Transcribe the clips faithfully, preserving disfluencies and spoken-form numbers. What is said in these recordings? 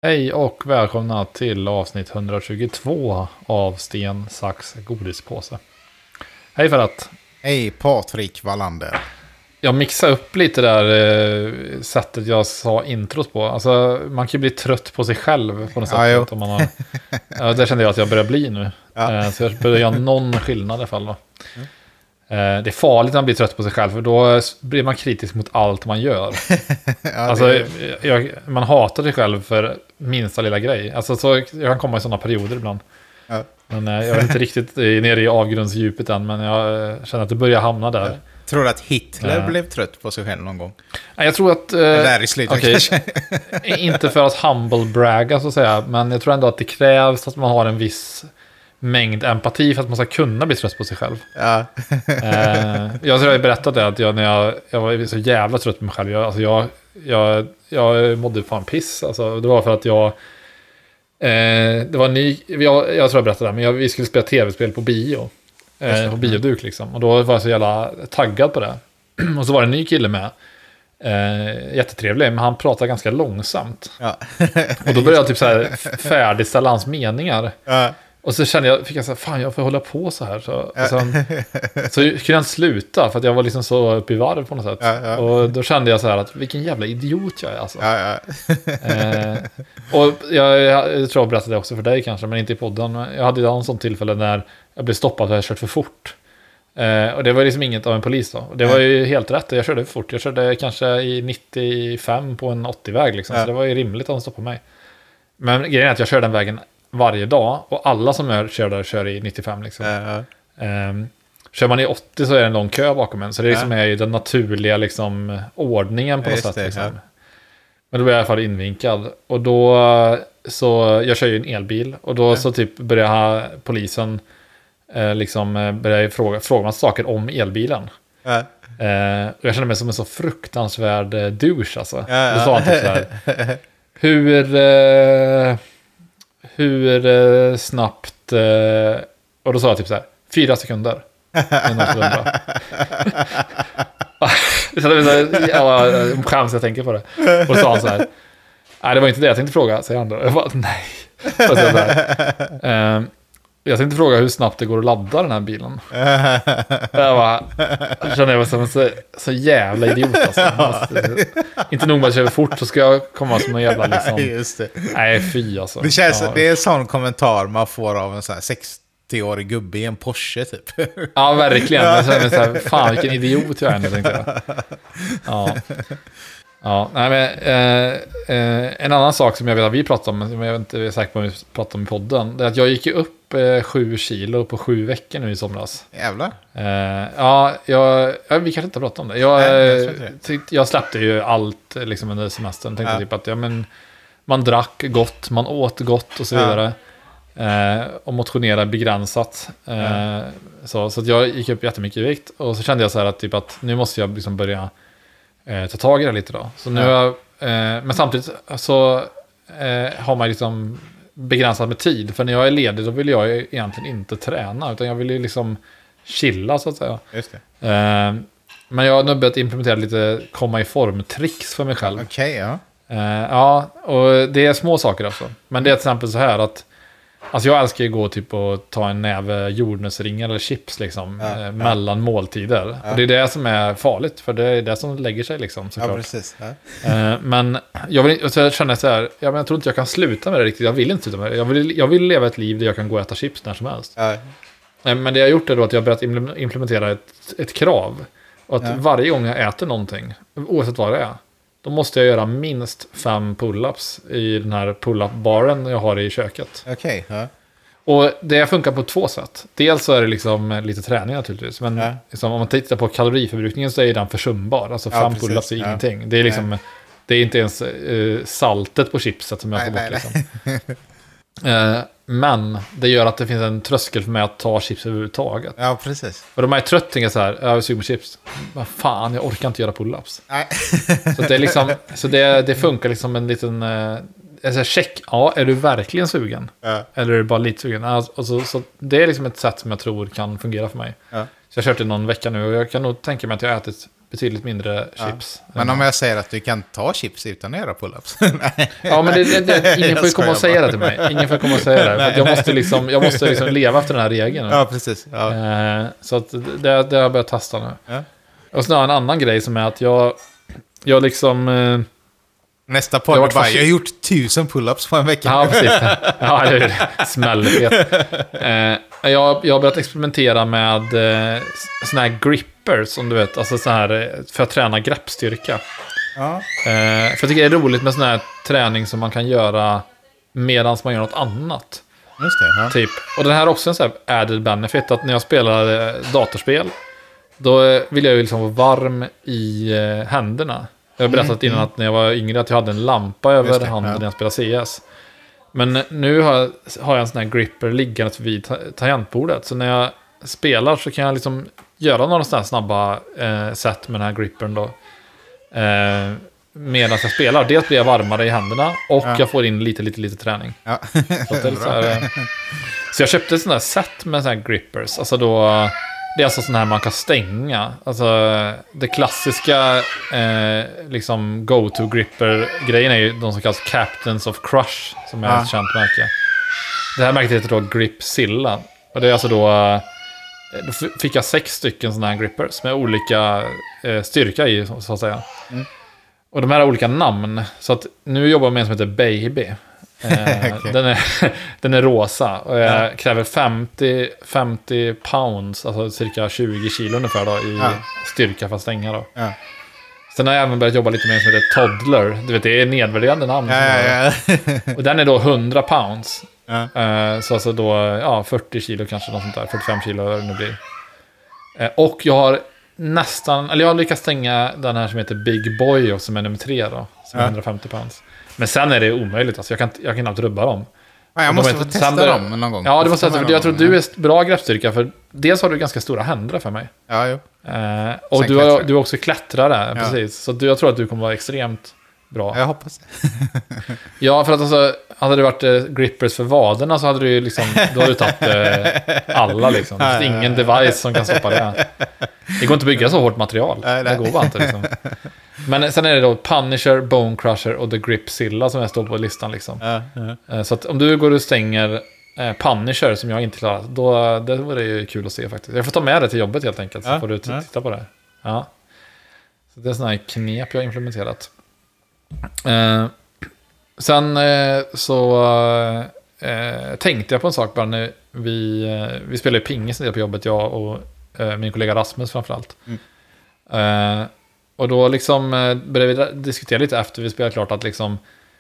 Hej och välkomna till avsnitt etthundratjugotvå av Sten, sax, godispåse. Hej för att. Hej Patrik Wallander. Jag mixade upp lite där eh, sättet jag sa introt på. Alltså man kan ju bli trött på sig själv på något ja, sätt. Om man har, ja, det kände jag att jag börjar bli nu. Ja. Eh, så jag börjar göra någon skillnad i alla fall då. Mm. Eh, det är farligt när man blir trött på sig själv, för då blir man kritisk mot allt man gör. ja, alltså, är... jag, man hatar sig själv för minsta lilla grej. Alltså, så, jag kan komma i sådana perioder ibland. Ja. Men eh, jag är inte riktigt nere i avgrundsdjupet än, men jag eh, känner att det börjar hamna där. Ja. Tror du att Hitler äh. blev trött på sig själv någon gång? Jag tror att... Eh, där i slutet okay, kanske. Inte för att humble bragga så att säga, men jag tror ändå att det krävs att man har en viss mängd empati för att man ska kunna bli trött på sig själv. Ja. eh, jag tror jag berättade det, att jag, när jag, jag var så jävla trött på mig själv. Jag, alltså jag, jag, jag mådde fan piss. Alltså, det var för att jag... Eh, det var ny... Jag, jag tror jag berättade det, men jag, vi skulle spela tv-spel på bio. Eh, på bioduk liksom. Och då var jag så jävla taggad på det. Och så var det en ny kille med. Eh, jättetrevlig, men han pratade ganska långsamt. Ja. Och då började jag typ så här färdigställa hans meningar. Ja. Och så kände jag, fick jag så här, fan jag får hålla på så här. Så, och sen, så kunde jag inte sluta för att jag var liksom så uppe i varv på något sätt. Ja, ja. Och då kände jag så här att vilken jävla idiot jag är alltså. Ja, ja. eh, och jag, jag tror jag berättade det också för dig kanske, men inte i podden. Jag hade en sån tillfälle när jag blev stoppad och jag kört för fort. Eh, och det var liksom inget av en polis då. Och det var ju helt rätt, jag körde för fort. Jag körde kanske i nittiofem på en åttio-väg liksom. Ja. Så det var ju rimligt att de stoppade mig. Men grejen är att jag körde den vägen varje dag, och alla som jag kör där kör i nittiofem liksom. Uh-huh. um, kör man i åttio så är det en lång kö bakom en, så det liksom uh-huh. är ju den naturliga liksom ordningen på något sätt liksom. uh-huh. Men då blev jag i alla fall invinkad, och då så jag kör ju en elbil, och då uh-huh. så typ börjar polisen eh, liksom börjar fråga, fråga massa saker om elbilen. uh-huh. eh, och jag kände mig som en så fruktansvärd eh, douche alltså. uh-huh. Då sa han typ så här: hur eh, Hur eh, snabbt... Eh, och då sa jag typ så här, fyra sekunder. Det är så jävla chans jag tänker på det. Och då sa han så här, nej det var inte det jag tänkte fråga, säger han då. Jag bara, nej. Så så här, eh, jag tänkte fråga hur snabbt det går att ladda den här bilen. Jag bara, jag kände mig som en så, så jävla idiot alltså. Måste, inte nog med att jag kör fort, så ska jag komma som en jävla liksom. Just det. Nej, fy alltså. Det känns, ja. Det är en sån kommentar man får av en sån här sextio-årig gubbe i en Porsche typ. Ja, verkligen. Jag känner mig så här, fan vilken idiot jag är nu, tänkte jag. Ja. Ja, nej men eh, eh, en annan sak som jag vet att vi pratar om, som jag inte är säker på om vi pratar om i podden, det är att jag gick upp eh, sju kilo på sju veckor nu i somras. Jävlar. Eh, ja, jag, ja, vi kanske inte pratar om det. Jag, nej, jag, tyckte, jag släppte ju allt liksom under semestern. Tänkte ja. typ att ja, men, man drack gott, man åt gott och så vidare. Ja. Eh, och motionerade begränsat. Eh, ja. Så, så att jag gick upp jättemycket i vikt. Och så kände jag så här att, typ att nu måste jag liksom börja Eh, ta tag i det lite då. Så nu ja. jag, eh, men samtidigt så eh, har man liksom begränsat med tid. För när jag är ledig då vill jag egentligen inte träna, utan jag vill ju liksom chilla så att säga. Just det. Eh, men jag har nu börjat implementera lite komma i form-tricks för mig själv. Okej, okay, ja. Eh, ja, och det är små saker också. Men det är till exempel så här att alltså jag älskar ju gå typ och ta en näve jordnötsringar eller chips liksom, ja, eh, mellan ja. måltider. Ja. Och det är det som är farligt, för det är det som lägger sig liksom, såklart. Ja, precis. Ja. Eh, men jag, vill, så jag känner så här, ja, men jag tror inte jag kan sluta med det riktigt. Jag vill inte sluta med det. Jag vill, jag vill leva ett liv där jag kan gå och äta chips när som helst. Ja. Eh, men det jag har gjort är då att jag har börjat implementera ett, ett krav. Och att ja. varje gång jag äter någonting, oavsett vad det är, då måste jag göra minst fem pull-ups i den här pull-up-baren jag har i köket. Okej, okay, ja. Och det funkar på två sätt. Dels så är det liksom lite träning naturligtvis. Men ja. liksom, om man tittar på kaloriförbrukningen så är den försumbar. Alltså fem ja, pull-ups är ja. ingenting. Det är liksom, det är inte ens uh, saltet på chipset som jag får nej, bort. Nej, liksom. uh, men det gör att det finns en tröskel för mig att ta chips överhuvudtaget. Ja, precis. Och de är trött tänker så här, jag är sugen på chips. Vad fan, jag orkar inte göra pull-ups. Nej. Så det är liksom, så det, det funkar liksom en liten uh, alltså, check. Ja, är du verkligen sugen? Ja. Eller är du bara lite sugen? Alltså, så, så det är liksom ett sätt som jag tror kan fungera för mig. Ja. Så jag har kört det någon vecka nu och jag kan nog tänka mig att jag har ätit betydligt mindre chips. Ja. Men om jag säger att du kan ta chips utan att göra pull-ups? Ja, men det, det, det, ingen får ju komma och säga det till mig. Ingen får komma och säga det. För jag måste, liksom, jag måste liksom leva efter den här regeln. Ja, precis. Ja. Eh, så att det, det har jag börjat testa nu. Ja. Och sen har jag en annan grej som är att jag, jag liksom... Eh, Nästa podd, jag, bara, jag har gjort tusen pull-ups på en vecka. Ja, precis. Ja, det är smällfet. Eh, jag, jag har börjat experimentera med eh, såna här grippers, som du vet. Alltså så här för att träna greppstyrka. Ja. Eh, för jag tycker det är roligt med sån här träning som man kan göra medan man gör något annat. Just det, ja. Typ. Och den här är också en sån här added benefit, att när jag spelar eh, datorspel, då vill jag ju liksom vara varm i eh, händerna. Jag har berättat innan att när jag var yngre att jag hade en lampa över det, handen ja. när jag spelade C S. Men nu har jag, har jag en sån här gripper liggande vid ta- tangentbordet. Så när jag spelar så kan jag liksom göra några sådana här snabba eh, sätt med den här grippern då. Eh, medan jag spelar. Dels blir jag varmare i händerna och ja. jag får in lite, lite, lite träning. Ja. Så, det är så, här, eh, så jag köpte ett sånt här set med såna här grippers. Alltså då... Det är alltså sån här man kan stänga. Alltså det klassiska eh, liksom go-to-gripper-grejen är ju de som kallas Captains of Crush, som är ja. ett känt märke. Det här märket heter då Gripzilla. Och det är alltså då... Då fick jag sex stycken såna här grippers med olika eh, styrka i, så att säga. Mm. Och de här har olika namn. Så att nu jobbar jag med en som heter Baby. Eh, okay. den, är, den är rosa och jag ja. kräver femtio, femtio pounds, alltså cirka tjugo kilo ungefär då, i ja. styrka för att stänga då. Ja. Sen har jag även börjat jobba lite med en som heter Toddler. Du vet, det är nedvärderande namn. Ja, ja, ja. Och den är då hundra pounds. Ja. Eh, så alltså då ja, fyrtio kilo kanske, något sånt där. fyrtiofem kilo eller nu blir. Eh, och jag har nästan, eller jag har lyckats stänga den här som heter Big Boy och som är nummer tre då. Som är ja. hundrafemtio pounds. Men sen är det omöjligt. Alltså jag kan, jag kan knappt rubba dem. Ja, jag måste få testa börjar, dem någon gång. Ja, det måste jag, för jag tror att du är bra greppstyrka. För dels har du ganska stora händer för mig. Ja, jo. Eh, och du, har, du är också klättrare. Ja. Precis. Så du, jag tror att du kommer vara extremt bra. Jag hoppas. Ja, för att alltså, hade det varit eh, grippers för vaderna så hade du ju liksom, då hade du tagit eh, alla liksom. Det finns ingen device som kan stoppa det. Det går inte att bygga så hårt material. Nej, nej. Det går bara inte liksom. Men sen är det då Punisher, Bone Crusher och The Gripzilla som jag står på listan liksom. Ja, ja. Så att om du går och stänger eh, Punisher som jag inte klarar, då det var det ju kul att se faktiskt. Jag får ta med det till jobbet helt enkelt, så ja, får du t- titta på det. Ja. Så det är sådana här knep jag har implementerat. Eh, sen eh, så eh, tänkte jag på en sak bara när vi, eh, vi spelade pingis en del på jobbet, jag och eh, min kollega Rasmus framförallt. Mm. Eh, och då liksom eh, började vi diskutera lite efter vi spelade klart att liksom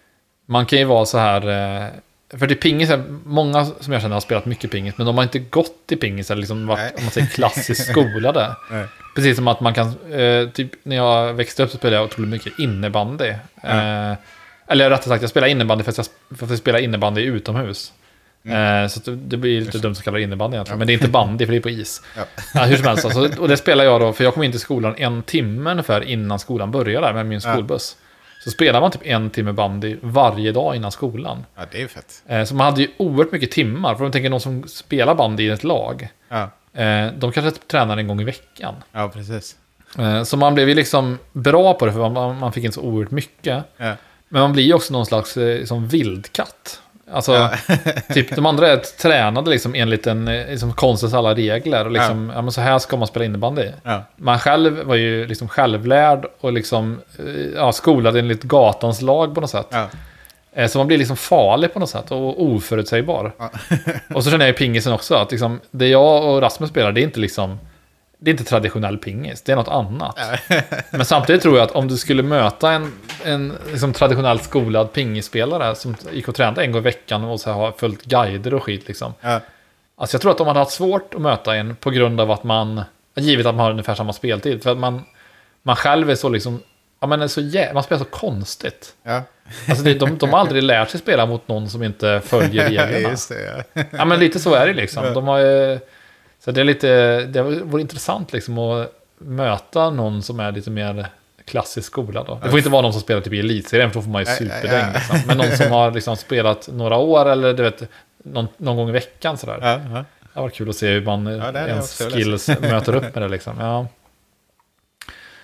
man kan ju vara så här eh, för det pingis är många som jag känner har spelat mycket pingis, men de har inte gått i pingis eller liksom varit, om man säger, klassiskt skolade. Precis som att man kan eh, typ när jag växte upp så spelade jag otroligt mycket innebandy. Eh, eller rättare sagt jag spelar innebandy för att jag, för att jag spelar innebandy utomhus. Mm. Eh, så det, det blir lite dumt att kalla det innebandy egentligen. Ja. Men det är inte bandy för det är på is. Ja. Ja, hur som helst alltså, och det spelar jag då, för jag kom in till skolan en timme ungefär innan skolan började med min skolbuss. Ja. Så spelar man typ en timme bandy varje dag innan skolan. Ja, det är ju fett. Eh, så man hade ju oerhört mycket timmar. För om man tänker någon som spelar bandy i ett lag. Ja. Eh, de kanske tränar en gång i veckan. Ja, precis. Eh, så man blev ju liksom bra på det för man, man fick inte så oerhört mycket. Ja. Men man blir ju också någon slags eh, som vildkatt. Alltså, ja. Typ de andra är tränade liksom enligt en liksom konstens alla regler. Och liksom, ja. Ja, men så här ska man spela innebandy. Ja. Man själv var ju liksom självlärd och liksom ja, skolad enligt gatans lag på något sätt. Ja. Så man blir liksom farlig på något sätt och oförutsägbar. Ja. Och så känner jag i pingisen också att liksom, det jag och Rasmus spelar, det är inte liksom det är inte traditionell pingis, det är något annat. Men samtidigt tror jag att om du skulle möta en, en liksom traditionellt skolad pingisspelare som gick och tränade en gång i veckan och så har följt guider och skit liksom. Ja. Alltså jag tror att de hade haft svårt att möta en på grund av att man, givet att man har ungefär samma speltid, för att man, man själv är så liksom, ja men är så jä- man spelar så konstigt. Ja. Alltså det, de, de har aldrig lärt sig spela mot någon som inte följer reglerna. Just det, ja. Ja men lite så är det liksom. De har ju... Så det är lite, det vore intressant liksom att möta någon som är lite mer klassisk skola då. Det får inte vara någon som spelar typ i elitserien, för då får man ju superdäng liksom. Men någon som har liksom spelat några år eller du vet, någon, någon gång i veckan sådär. Ja, ja. Det var kul att se hur man ja, ens skills möter upp med det liksom. Ja.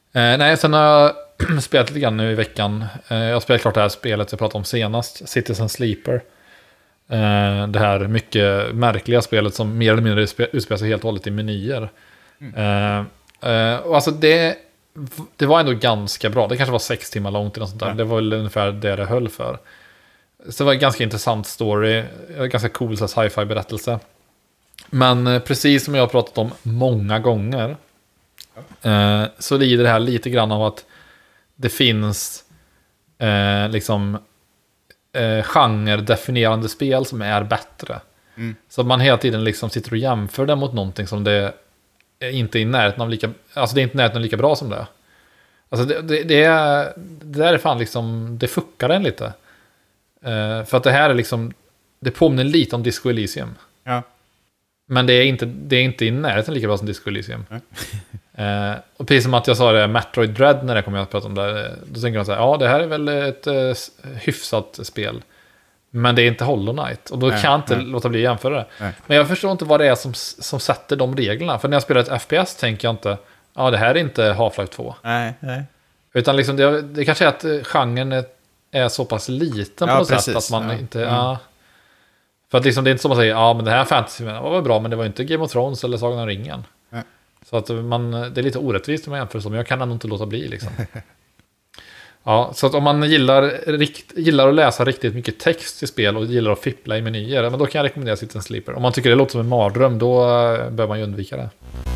Eh, nej, sen har jag spelat lite grann nu i veckan. Eh, jag har spelat klart det här spelet jag pratade om senast, Citizen Sleeper. Eh, det här mycket märkliga spelet som mer eller mindre utspelar sig helt och hållet i menyer. Mm. Eh, eh, och alltså det, det var ändå ganska bra. Det kanske var sex timmar långt eller något sånt där. Ja. Det var väl ungefär det det höll för. Så det var en ganska intressant story. Ganska cool sci-fi berättelse. Men precis som jag har pratat om många gånger eh, så lider det här lite grann av att det finns eh, liksom eh, genre-definierande spel som är bättre. Mm. Så man hela tiden liksom sitter och jämför det mot någonting som det är inte i närheten av lika, alltså det är inte närheten av lika bra som det. Alltså det, det, det är det där är fan liksom, det fuckar en lite. Uh, för att det här är liksom, det påminner lite om Disco Elysium. Ja. Men det är inte, det är inte i närheten lika bra som Disco Elysium. uh, och precis som att jag sa det, Metroid Dread när jag kom att prata om det, då tänker man så här, ja det här är väl ett uh, hyfsat spel. Men det är inte Hollow Knight. Och då nej, kan jag inte nej. låta bli att jämföra det. Nej. Men jag förstår inte vad det är som, som sätter de reglerna. För när jag spelar ett F P S tänker jag inte, ja det här är inte Half-Life två. Nej, nej. Utan liksom det, det kanske är att genren är är så pass liten på ja, något precis. sätt att man ja. inte... Mm. Ja. För att liksom det är inte som att säga, ja men det här fantasy var väl bra, men det var inte Game of Thrones eller Sagan om ringen. Nej. Så att man, det är lite orättvist om jag jämför så, men jag kan ändå inte låta bli liksom. Ja, så att om man gillar, rikt, gillar att läsa riktigt mycket text i spel och gillar att fippla i menyer, men då kan jag rekommendera Citizen Sleeper. Om man tycker det låter som en mardröm, då bör man ju undvika det.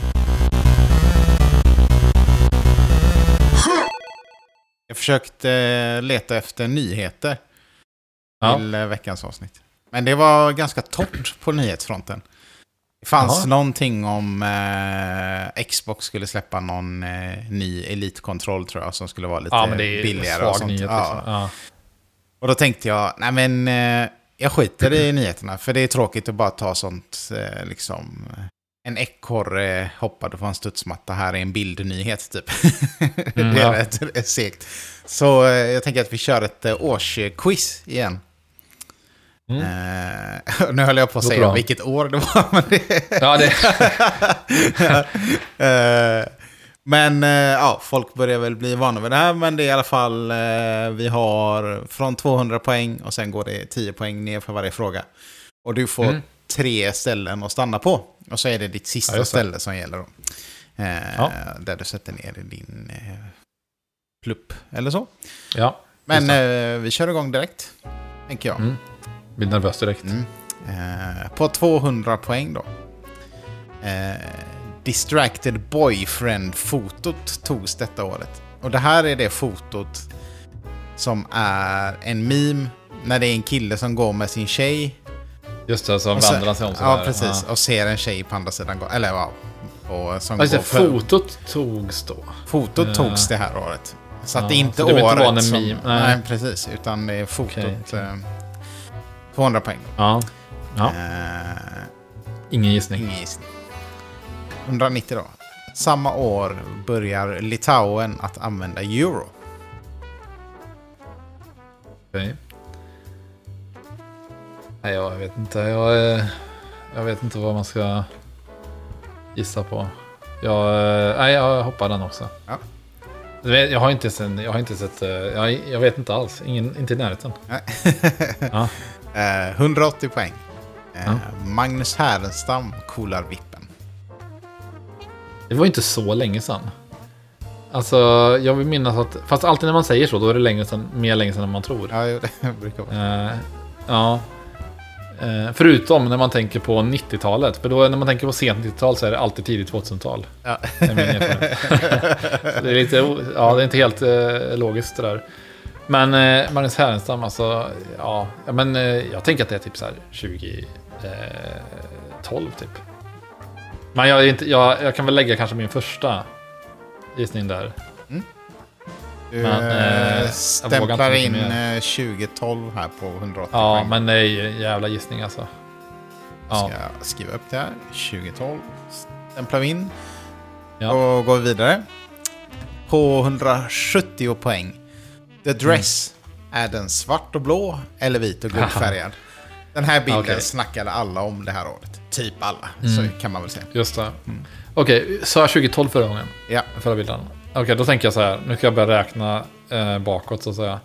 Jag försökte leta efter nyheter ja. till veckans avsnitt. Men det var ganska torrt på nyhetsfronten. Det fanns Aha. någonting om eh, Xbox skulle släppa någon eh, ny Elite-kontroll tror jag, som skulle vara lite ja, men det är billigare och sånt. Nyhet, ja. liksom. ja. Och då tänkte jag, nej men eh, jag skiter i nyheterna, för det är tråkigt att bara ta sånt eh, liksom... En ekorre hoppade på en studsmatta, här är en bildnyhet typ. Mm, det är ja. rätt segt. Så eh, jag tänker att vi kör ett eh, årsquiz igen. Mm. Uh, nu höll jag på att säga vilket år det var. Men det... ja, det... uh, men uh, ja, folk börjar väl bli vana vid det här. Men det är i alla fall, uh, vi har från tvåhundra poäng och sen går det tio poäng ner för varje fråga. Och du får mm. tre ställen att stanna på. Och så är det ditt sista ja, ställe som gäller då. Uh, ja. Där du sätter ner din uh, plupp eller så. Ja. Men uh, vi kör igång direkt, tänker jag. Mm. Blir nervös direkt. Mm. Eh, på tvåhundra poäng då. Eh, Distracted Boyfriend-fotot togs detta året. Och det här är det fotot som är en meme när det är en kille som går med sin tjej. Just det, som vänder han sig om. Ja, precis. Ja. Och ser en tjej på andra sidan. Eller ja. Och som alltså, går fotot togs då? Fotot uh. togs det här året. Så att ja, det är inte det året inte som... Meme. Nej. nej, precis. Utan det är fotot... Okay, okay. Eh, tvåhundra poäng. Ja. ja. Uh, ingen gissning. Ingen gissning. hundranittio då. Samma år börjar Litauen att använda euro. Okej. Okay. Nej, jag vet inte. Jag, jag vet inte vad man ska gissa på. Jag, nej, jag hoppar den också. Ja. Jag har inte sett, jag har inte sett, jag, jag vet inte alls. Ingen, inte i närheten. ja. Uh, hundraåttio poäng. Uh, ja. Magnus Härenstam coolar vippen. Det var inte så länge sedan. Alltså, jag vill minnas att... Fast alltid när man säger så, då är det längre sedan, mer länge sedan än man tror. Ja, det brukar vara. Uh, ja. Uh, förutom när man tänker på nittiotalet. För då när man tänker på sent nittiotal så är det alltid tidigt tvåtusentatal. Ja. Det är min erfarenhet. det är lite... Ja, det är inte helt uh, logiskt det där. Men eh, Magnus Härenstam, alltså, ja, men eh, jag tänker att det är typ så här tjugo tolv typ. Men jag, är inte, jag, jag kan väl lägga kanske min första gissning där. Mm. Du men, eh, stämplar in mer. tjugo tolv här på hundraåttio Ja, poäng. men det är ju en jävla gissning alltså. Ja. Ska jag skriva upp det här. tjugo tolv stämplar vi in. Ja. Och går vidare. På hundrasjuttio poäng. The Dress. Mm. Är den svart och blå eller vit och guldfärgad? Den här bilden okay. snackade alla om det här året. Typ alla, mm. så kan man väl säga. Just det. Mm. Okej, okay, sa jag tjugo tolv förra gången? Ja. Förra bilden. Okej, okay, då tänker jag så här. Nu kan jag börja räkna eh, bakåt så att säga.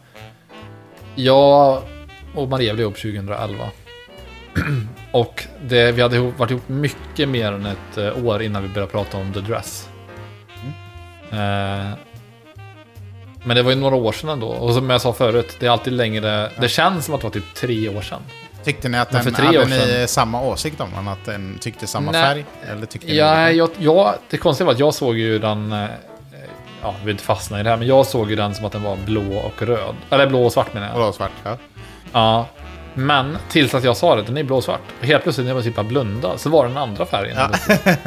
Jag och Maria blev ihop tjugoelva. Och det, vi hade ihop, varit ihop mycket mer än ett eh, år innan vi började prata om The Dress. Mm. Eh, men det var ju några år sedan ändå. Och som jag sa förut, det är alltid längre. Ja. Det känns som att det var typ tre år sedan. Tyckte ni att den, hade ni sedan samma åsikt om den? Att den tyckte samma Nej. färg? Eller tyckte ja, ni jag, jag, det konstiga var att jag såg ju den... Eh, ja, vi vill inte fastna i det här, men jag såg ju den som att den var blå och röd. Eller blå och svart menar jag. Blå och svart, ja. Ja, men tills att jag sa det, den är blå och svart. Och helt plötsligt när jag var typ blunda så var den andra färgen. Ja.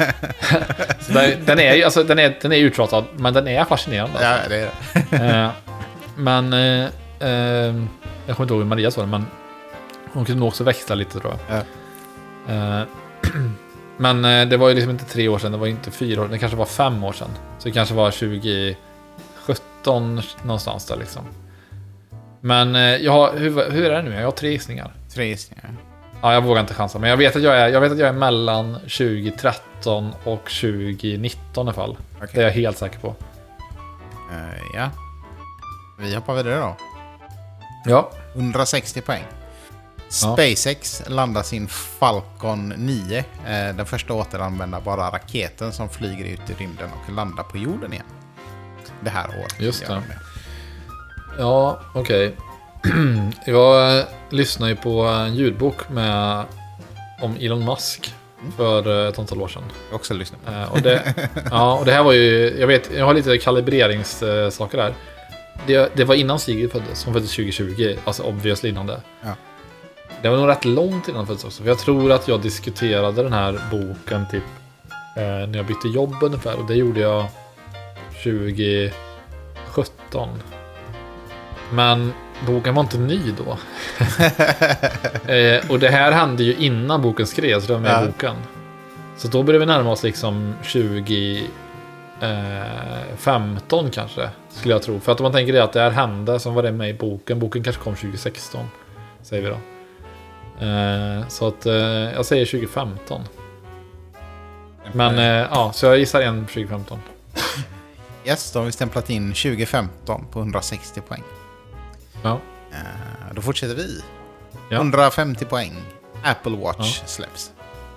Så den, den är ju alltså, den är, den är uttratad, men den är fascinerande. Ja, det är det. eh, men eh, eh, jag kommer inte ihåg hur Maria sa det, men hon kunde nog också växla lite tror jag. Ja. Eh, men eh, det var ju liksom inte tre år sedan, det var inte fyra år, det kanske var fem år sedan. Så det kanske var tjugo sjutton någonstans där liksom. Men eh, jag har, hur, hur är det nu? Jag har tre gissningar. Tre gissningar. Ja, jag vågar inte chansa. Men jag vet att jag är, jag vet att jag är mellan tjugo tretton och tjugo nitton i alla fall. Okay. Det är jag helt säker på. Uh, ja. Vi hoppar vidare då. Ja. hundrasextio poäng. SpaceX ja. landar sin Falcon nio. Eh, den första återanvändbara raketen som flyger ut i rymden och landar på jorden igen. Det här året. Just det. Ja, okej. Okay. Jag lyssnade ju på en ljudbok med, om Elon Musk för ett antal år sedan. Jag också lyssnat på. Uh, och det, ja, och det här var ju, jag vet, jag har lite kalibreringssaker där. Det, det var innan Sigrid föddes, som föddes tjugo tjugo, alltså obviously innan det. Ja. Det var nog rätt långt innan föddes också. För jag tror att jag diskuterade den här boken typ eh, när jag bytte jobb ungefär. Och det gjorde jag tjugo sjutton. Men boken var inte ny då. eh, och det här hände ju innan boken skrevs, det var med ja. boken. Så då började vi närma oss liksom tjugo femton kanske, skulle jag tro. För att om man tänker det att det här hände som var det med i boken. Boken kanske kom tjugo sexton, säger vi då. Eh, så att eh, jag säger tjugo femton. Men eh, ja, så jag gissar en tjugo femton. Yes, då har vi stämplat in tjugo femton på hundrasextio poäng. Ja. Uh, då fortsätter vi. Ja. hundrafemtio poäng. Apple Watch ja. släpps.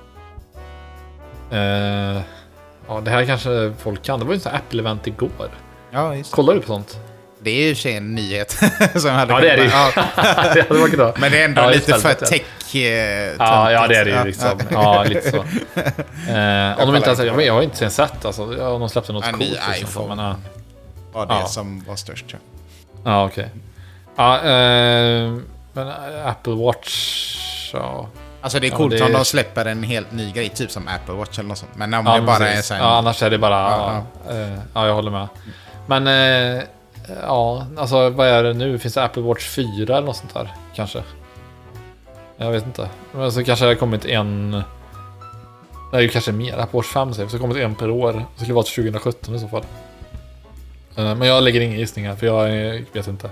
Uh, ja, det här kanske folk kan. Det var ju en sån här Apple-event igår. Ja, just det. Kollar du på sånt? Det är ju en nyhet. som hade ja, det är det ju. Ja. det hade varit Men det är ändå ja, lite för tech. Ja, ja, det är det ju liksom. Ja, lite så. Uh, om de inte ens, jag, jag har inte sen sett alltså, om de släppte något en coolt. Ny iPhone. Men, uh, var det ja. som var störst. Ja, ja okej. Okay. Ja, uh, men Apple Watch... Ja. Alltså det är coolt ja, det är... om de släpper en helt ny grej, typ som Apple Watch eller något sånt. Men om ja, det bara är så här... Ja, annars är det bara... Ja, ja. Uh, ja jag håller med. Men... Uh, ja, alltså vad är det nu? Finns det Apple Watch fyra eller något sånt där? Kanske. Jag vet inte. Men så kanske det har kommit en... Det är ju kanske mer. Apple Watch fem säger så har kommit en per år. Det skulle vara till tjugo sjutton i så fall. Uh, men jag lägger inga gissningar för jag vet inte.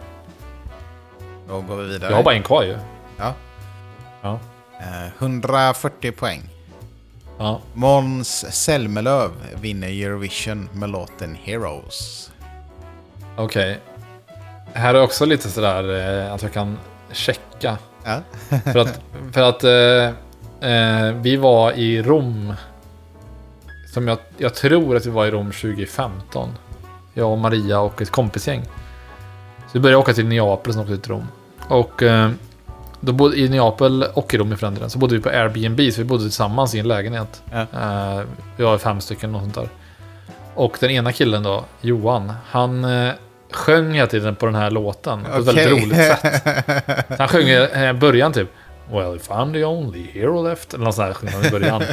Då går vi vidare. Jag har bara en kvar ju. Ja. Ja. Uh, hundrafyrtio poäng. Ja. Måns Zelmerlöw vinner Eurovision med låten Heroes. Okej. Okay. Här är också lite sådär eh, att jag kan checka. Ja. för att, för att eh, eh, vi var i Rom. Som jag, jag tror att vi var i Rom tjugo femton. Jag och Maria och ett kompisgäng. Så vi började åka till Neapel och åkte till Rom. Och eh, då bodde i Neapel och i Rom i förändringen. Så bodde vi på Airbnb, så vi bodde tillsammans i en lägenhet. Ja. Eh, vi var fem stycken och sånt där. Och den ena killen då, Johan, han eh, sjöng hela tiden på den här låten. På ett okay. väldigt roligt sätt. Han sjöng i början typ Well, if I'm the only hero left. Eller något sånt här sjöng han i början.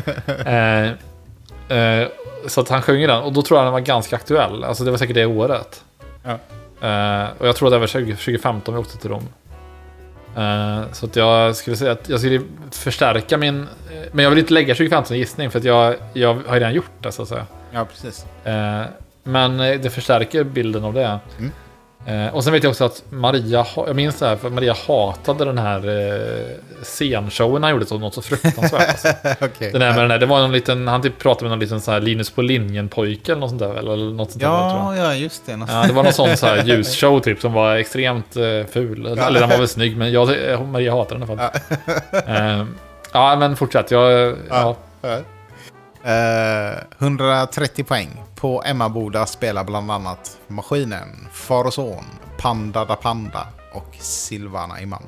eh, eh, så att han sjöng den. Och då tror jag den var ganska aktuell. Alltså det var säkert det året. Ja. Uh, och jag tror att det var tjugo femton vi åkte till Rom. Uh, så att jag skulle säga att jag skulle förstärka min... Men jag vill inte lägga tjugo femton i gissning för att jag, jag har redan gjort det så att säga. Ja, precis. Uh, men det förstärker bilden av det. Mm. Eh, och sen vet jag också att Maria, jag minns det här, för Maria hatade den här eh, scenshowen han gjorde så något så fruktansvärt. Alltså. Okay. Den här med den här, det var någon liten, han typ pratade med någon liten så här Linus på linjen-pojke eller något sånt där, eller något sånt ja, där, tror jag. Ja, just det. Ja, det var någon sån så här ljusshow typ som var extremt eh, ful. Ja. Eller den var väl snygg, men jag, Maria hatade den i alla fall. Ja, eh, ja men fortsätt. Jag, ja. Ja. Ja. Uh, hundratrettio poäng. På Emmaboda spelar bland annat Maskinen, Far och Son, Panda da Panda och Silvana Imam.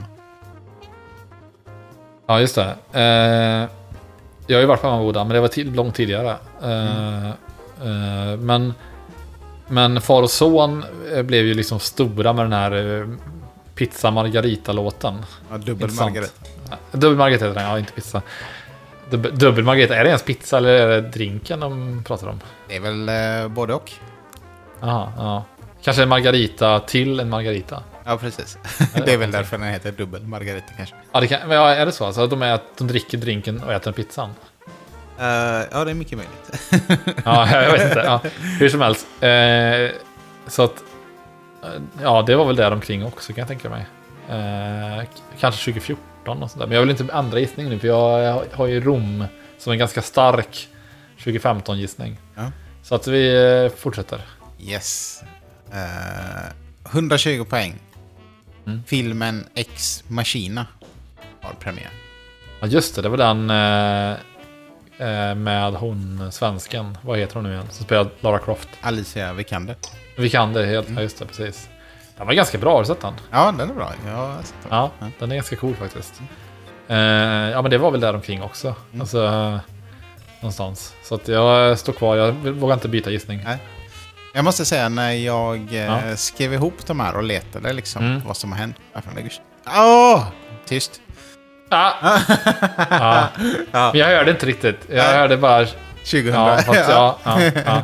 Ja, just det. Uh, jag har ju varit på Emmaboda, men det var tid, långt tidigare. Uh, mm. uh, men, men Far och Son blev ju liksom stora med den här uh, Pizza Margarita-låten. Ja, dubbel Margarita. Ja, dubbel Margarita, ja, inte pizza. Dub- dubbel Margarita, är det ens pizza eller är det drinken de pratar om? Det är väl eh, både och. Aha, ja. Kanske en Margarita till en Margarita. Ja, precis. Det är väl därför den heter dubbel Margarita kanske. Ja, det kan, ja är det så? Alltså, de, är, de dricker drinken och äter pizzan? Uh, ja, det är mycket möjligt. Ja, jag vet inte. Ja, hur som helst. Eh, så att, ja, det var väl där omkring också kan jag tänka mig. Eh, kanske tjugo fjorton och sådär. Men jag vill inte ändra gissning nu, för jag, jag har ju Rom som en ganska stark tjugo femton gissning. Ja. Så att vi eh, fortsätter. Yes. Uh, hundratjugo poäng. Mm. Filmen Ex Machina har premiär. Ja, just det. Det var den eh, eh, med hon svensken. Vad heter hon nu igen? Som spelar Lara Croft. Alicia Vikander. Vikander, helt. Mm. Ja, just det, precis. Den var ganska bra, har du sett den? Ja, den är bra. Ja, ja, den är ganska cool faktiskt. Eh, ja, men det var väl där omkring också. Mm. Alltså, eh, någonstans. Så att jag står kvar. Jag vågar inte byta gissning. Nej. Jag måste säga, när jag eh, ja. skrev ihop de här och letade liksom mm. vad som har hänt. Åh! Oh! Tyst. Ah. Ja. Ja. Men jag hörde inte riktigt. Jag Nej. hörde bara... tjugohundra. Ja, fast, ja. Ja, ja.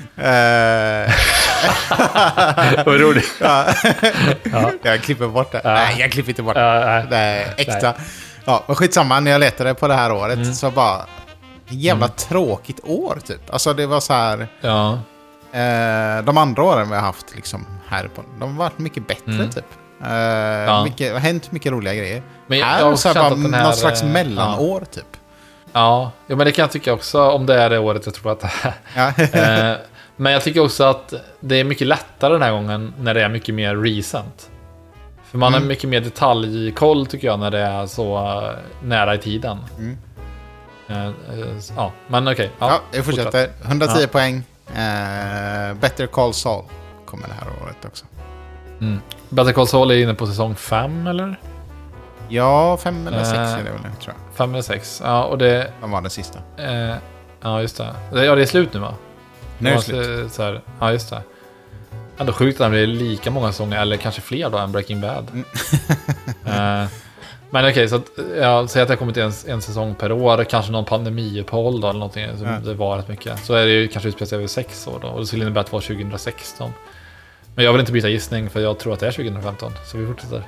Vad roligt. Ja. Ja. Jag klipper bort det. Ja. Nej, jag klipper inte bort det. Ja, det är extra. Nej. Ja, men skitsamma, när jag letade på det här året mm. så bara... Jävla mm. tråkigt år typ. Alltså det var så här... Ja. Eh, de andra åren vi har haft liksom här på, de har varit mycket bättre mm. typ. Eh, ja. mycket, det har hänt mycket roliga grejer. Men här är så bara här, någon slags mellanår ja. typ. Ja, ja, men det kan jag tycka också om det är det året jag tror att det är. Ja. eh, men jag tycker också att det är mycket lättare den här gången när det är mycket mer recent. För man mm. har mycket mer detaljkoll tycker jag när det är så uh, nära i tiden. Mm. Uh, uh, ja, men okej. Okay. Ja, ja, jag fortsätter. hundratio ja. poäng. Uh, Better Call Saul kommer det här året också. Mm. Better Call Saul är inne på säsong fem eller? Ja, fem eller sex uh, är det väl nu, tror jag. Fem eller sex, ja, och det... De var den sista. Uh, ja, just det. Ja, det är slut nu va? Nu är det slut. Så här, ja, just det. Ändå sjukt att det blir lika många säsonger, eller kanske fler då än Breaking Bad. Mm. uh, men okej, okay, så att, ja, säg att det har kommit en, en säsong per år, kanske någon pandemiuppehåll då, eller någonting, så mm. det var rätt mycket. Så är det ju kanske utspelat över sex år då, och det skulle innebära att det var tjugo sexton. Men jag vill inte byta gissning, för jag tror att det är tjugo femton, så vi fortsätter.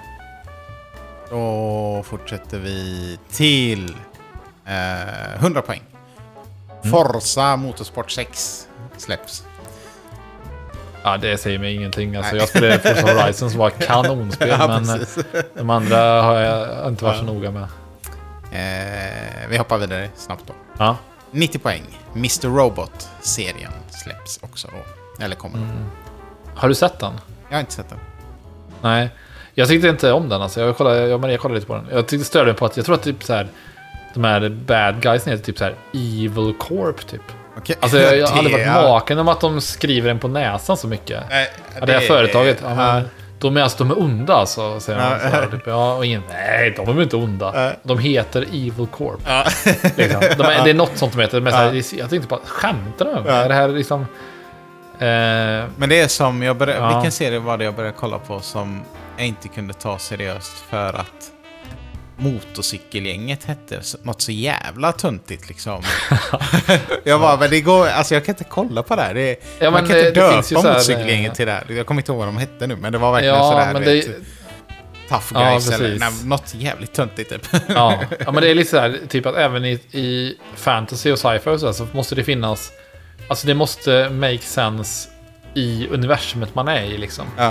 Då fortsätter vi till eh, hundra poäng. Mm. Forza Motorsport sex släpps. Ja, det säger mig ingenting. Alltså, jag spelade Forza Horizon som var kanonspel, ja, men precis. De andra har jag inte varit ja. så noga med. Eh, vi hoppar vidare snabbt då. Ja. nittio poäng. mister Robot-serien släpps också då. Eller kommer mm. Har du sett den? Jag har inte sett den. Nej. Jag tyckte inte om den. Alltså. Jag, kollade, jag och Maria kollade lite på den. Jag tyckte störde på att jag tror att typ så här, de här bad guys heter typ så här Evil Corp typ. Okay. Alltså jag, jag har aldrig varit maken om att de skriver den på näsan så mycket. Nej, det, ja, det här företaget. Ja, men, de är alltså de är onda alltså, säger man. Ja, så, typ, ja, och ingen, nej, de är inte onda. De heter Evil Corp. Ja. Liksom. De är, det är något sånt de heter. Men så här, jag tänkte bara, skämtar de? Ja. Är det här liksom... Eh, men det är som, jag började, ja. vilken serie var det jag började kolla på som jag inte kunde ta seriöst för att motorcykelgänget hette något så jävla tuntigt liksom. Jag bara, men det går, alltså jag kan inte kolla på det här. Det, ja, man kan det, inte döpa motorcykelgänget till det här. Jag kommer inte ihåg vad de hette nu, men det var verkligen ja, sådär. Men det, vet, tough guys ja, eller nej, något jävligt tuntigt typ. Ja. Ja, men det är lite så här, typ att även i, i fantasy och sci-fi och så, så måste det finnas, alltså det måste make sense i universumet man är i liksom. Ja.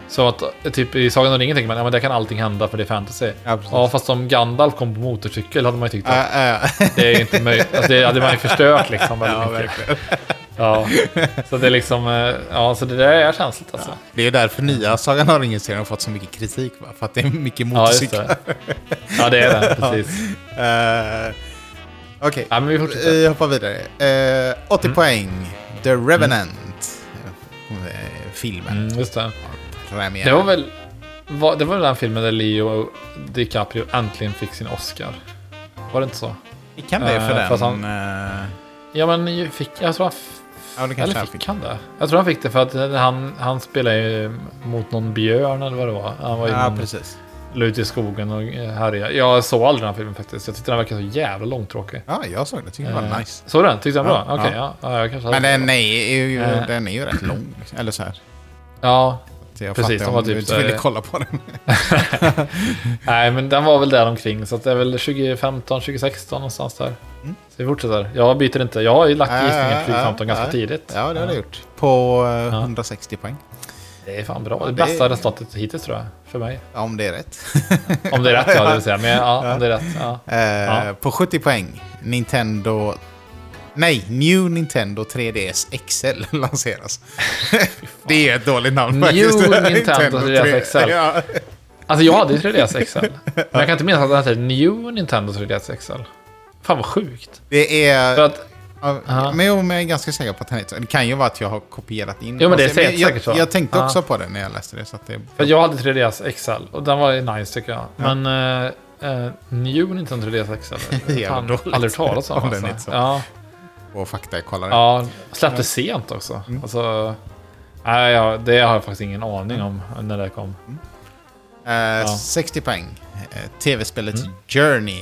Så att typ i Sagan om ringen tänker man, ja men det kan allting hända för det är fantasy. Ja, ja fast om Gandalf kom på motorcykel hade man ju tyckt att äh, äh. det är inte möjligt. Alltså det hade man ju förstört liksom. Ja, verkligen. Ja, så det är liksom, ja så det där är känsligt alltså. Ja. Det är därför nya Sagan om ringen-serien har fått så mycket kritik, va? För att det är mycket motorcyklar. Ja, det. Ja, det är det, precis. Ja. Uh, Okej, okay. Ja, men vi fortsätter. Vi hoppar vidare. Uh, åttio mm. poäng, The Revenant. Mm. Filmen. Mm, just det. Premiär. Det var väl var, det var väl den filmen där Leo DiCaprio äntligen fick sin Oscar. Var det inte så? Det kan det för uh, den. För han, uh... Ja, men fick, jag tror han f- ja, det eller fick, fick han det? Jag tror han fick det för att han, han spelade ju mot någon björn eller vad det var. Han var ju ja, någon, precis. Ute i skogen och härjade. Jag såg aldrig den här filmen faktiskt. Jag tyckte den verkar så jävla långtråkig. Ja, jag såg den. Tyckte den var nice. Såg den? Tyckte den ja, bra? Okej, okay, ja. ja. ja jag kanske men den är, ju, äh. den är ju rätt lång. Eller så här. Ja, så jag precis. De var typ, du inte ville kolla på den. Nej, men den var väl där omkring. Så det är väl tjugo femton tjugo sexton någonstans där. Mm. Så vi fortsätter. Jag byter inte. Jag har ju lagt gissningen äh, tjugo femton äh, ganska äh. tidigt. Ja, det har jag gjort. På uh, ja. hundrasextio poäng. Det är fan bra. Det, det bästa är... resultatet hittills tror jag. För mig. Ja, om det är rätt. Om det är rätt, ja, det vill säga. Men ja, om det är rätt. Ja. Uh, ja. På sjuttio poäng. Nintendo... Nej, New Nintendo tre D S X L lanseras. Det är ett dåligt namn New faktiskt. Nintendo, Nintendo tre D S X L. Ja. Alltså jag hade ju tre D S X L. Men jag kan inte minnas att den heter New Nintendo tre D S X L. Fan vad sjukt. Det är... För att, ja, men jag är ganska säker på att den heter. Det kan ju vara att jag har kopierat in. Jo, men det är säkert, jag, säkert så. Jag, jag tänkte också ja. på det när jag läste det. Så att det för jag hade tre D S X L och den var nice tycker jag. Ja. Men uh, uh, New Nintendo tre D S X L. Det är fan, aldrig talat om. om alltså. den inte så. Ja. Och fakta kollar. Ja, släppte sent också. Mm. Alltså, nej, ja, det har jag faktiskt ingen aning om när det kom. Mm. Uh, ja. sextio poäng. Uh, tv-spelet mm. Journey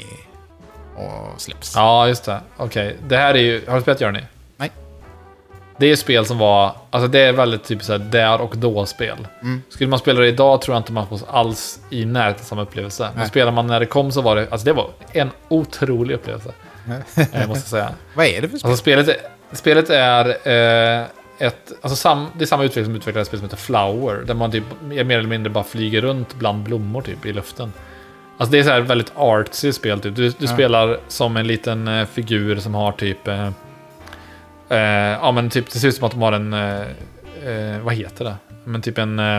och släpps. Ja, just det. Okej, okay. Det här är ju... Har du spelat Journey? Nej. Det är ett spel som var... Alltså det är väldigt typ såhär där och då-spel. Mm. Skulle man spela det idag tror jag inte man får alls i närheten samma upplevelse. Nej. Men spelar man när det kom så var det... Alltså det var en otrolig upplevelse. Jag måste säga. Vad är det för spel? Alltså spelet, spelet är eh, ett... Alltså sam, det är samma utvecklare som utvecklar ett spel som heter Flower. Där man typ mer eller mindre bara flyger runt bland blommor typ i luften. Alltså det är så här väldigt artsy spel typ. Du, du ja. spelar som en liten eh, figur som har typ... Eh, eh, ja men typ det ser ut som att de har en... Eh, eh, vad heter det? Men typ en... Eh,